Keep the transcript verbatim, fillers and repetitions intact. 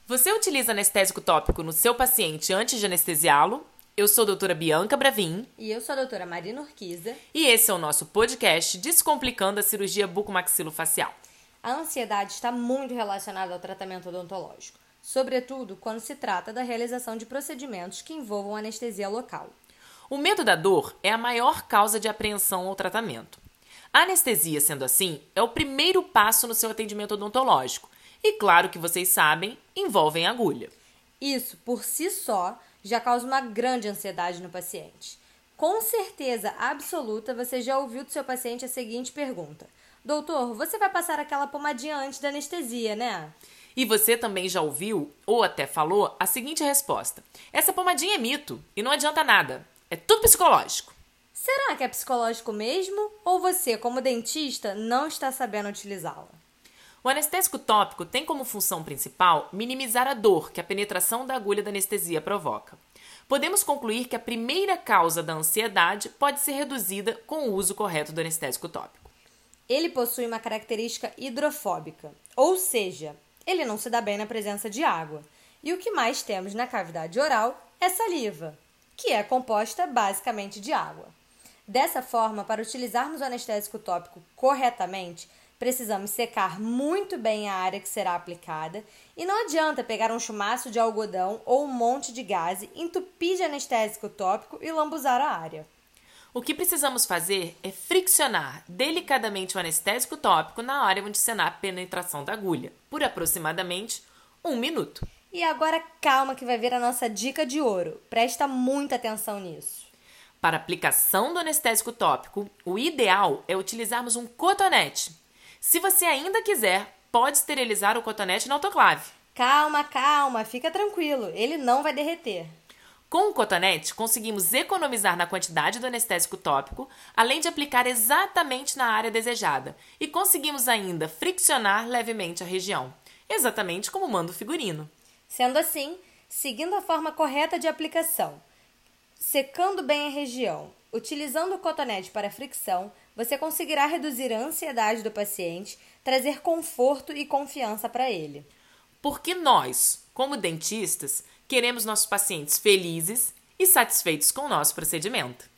Você utiliza anestésico tópico no seu paciente antes de anestesiá-lo? Eu sou a doutora Bianca Bravin. E eu sou a doutora Marina Urquiza. E esse é o nosso podcast Descomplicando a Cirurgia Bucomaxilofacial. A ansiedade está muito relacionada ao tratamento odontológico, sobretudo quando se trata da realização de procedimentos que envolvam anestesia local. O medo da dor é a maior causa de apreensão ao tratamento. A anestesia, sendo assim, é o primeiro passo no seu atendimento odontológico. E claro que vocês sabem, envolvem agulha. Isso, por si só, já causa uma grande ansiedade no paciente. Com certeza absoluta, você já ouviu do seu paciente a seguinte pergunta: doutor, você vai passar aquela pomadinha antes da anestesia, né? E você também já ouviu, ou até falou, a seguinte resposta: essa pomadinha é mito e não adianta nada. É tudo psicológico. Será que é psicológico mesmo? Ou você, como dentista, não está sabendo utilizá-la? O anestésico tópico tem como função principal minimizar a dor que a penetração da agulha da anestesia provoca. Podemos concluir que a primeira causa da ansiedade pode ser reduzida com o uso correto do anestésico tópico. Ele possui uma característica hidrofóbica, ou seja, ele não se dá bem na presença de água. E o que mais temos na cavidade oral é saliva, que é composta basicamente de água. Dessa forma, para utilizarmos o anestésico tópico corretamente, precisamos secar muito bem a área que será aplicada e não adianta pegar um chumaço de algodão ou um monte de gaze, entupir de anestésico tópico e lambuzar a área. O que precisamos fazer é friccionar delicadamente o anestésico tópico na área onde será a penetração da agulha, por aproximadamente um minuto. E agora calma que vai vir a nossa dica de ouro. Presta muita atenção nisso. Para a aplicação do anestésico tópico, o ideal é utilizarmos um cotonete. Se você ainda quiser, pode esterilizar o cotonete na autoclave. Calma, calma, fica tranquilo, ele não vai derreter. Com o cotonete, conseguimos economizar na quantidade do anestésico tópico, além de aplicar exatamente na área desejada, e conseguimos ainda friccionar levemente a região, exatamente como manda o figurino. Sendo assim, seguindo a forma correta de aplicação, secando bem a região, utilizando o cotonete para fricção, você conseguirá reduzir a ansiedade do paciente, trazer conforto e confiança para ele. Porque nós, como dentistas, queremos nossos pacientes felizes e satisfeitos com o nosso procedimento.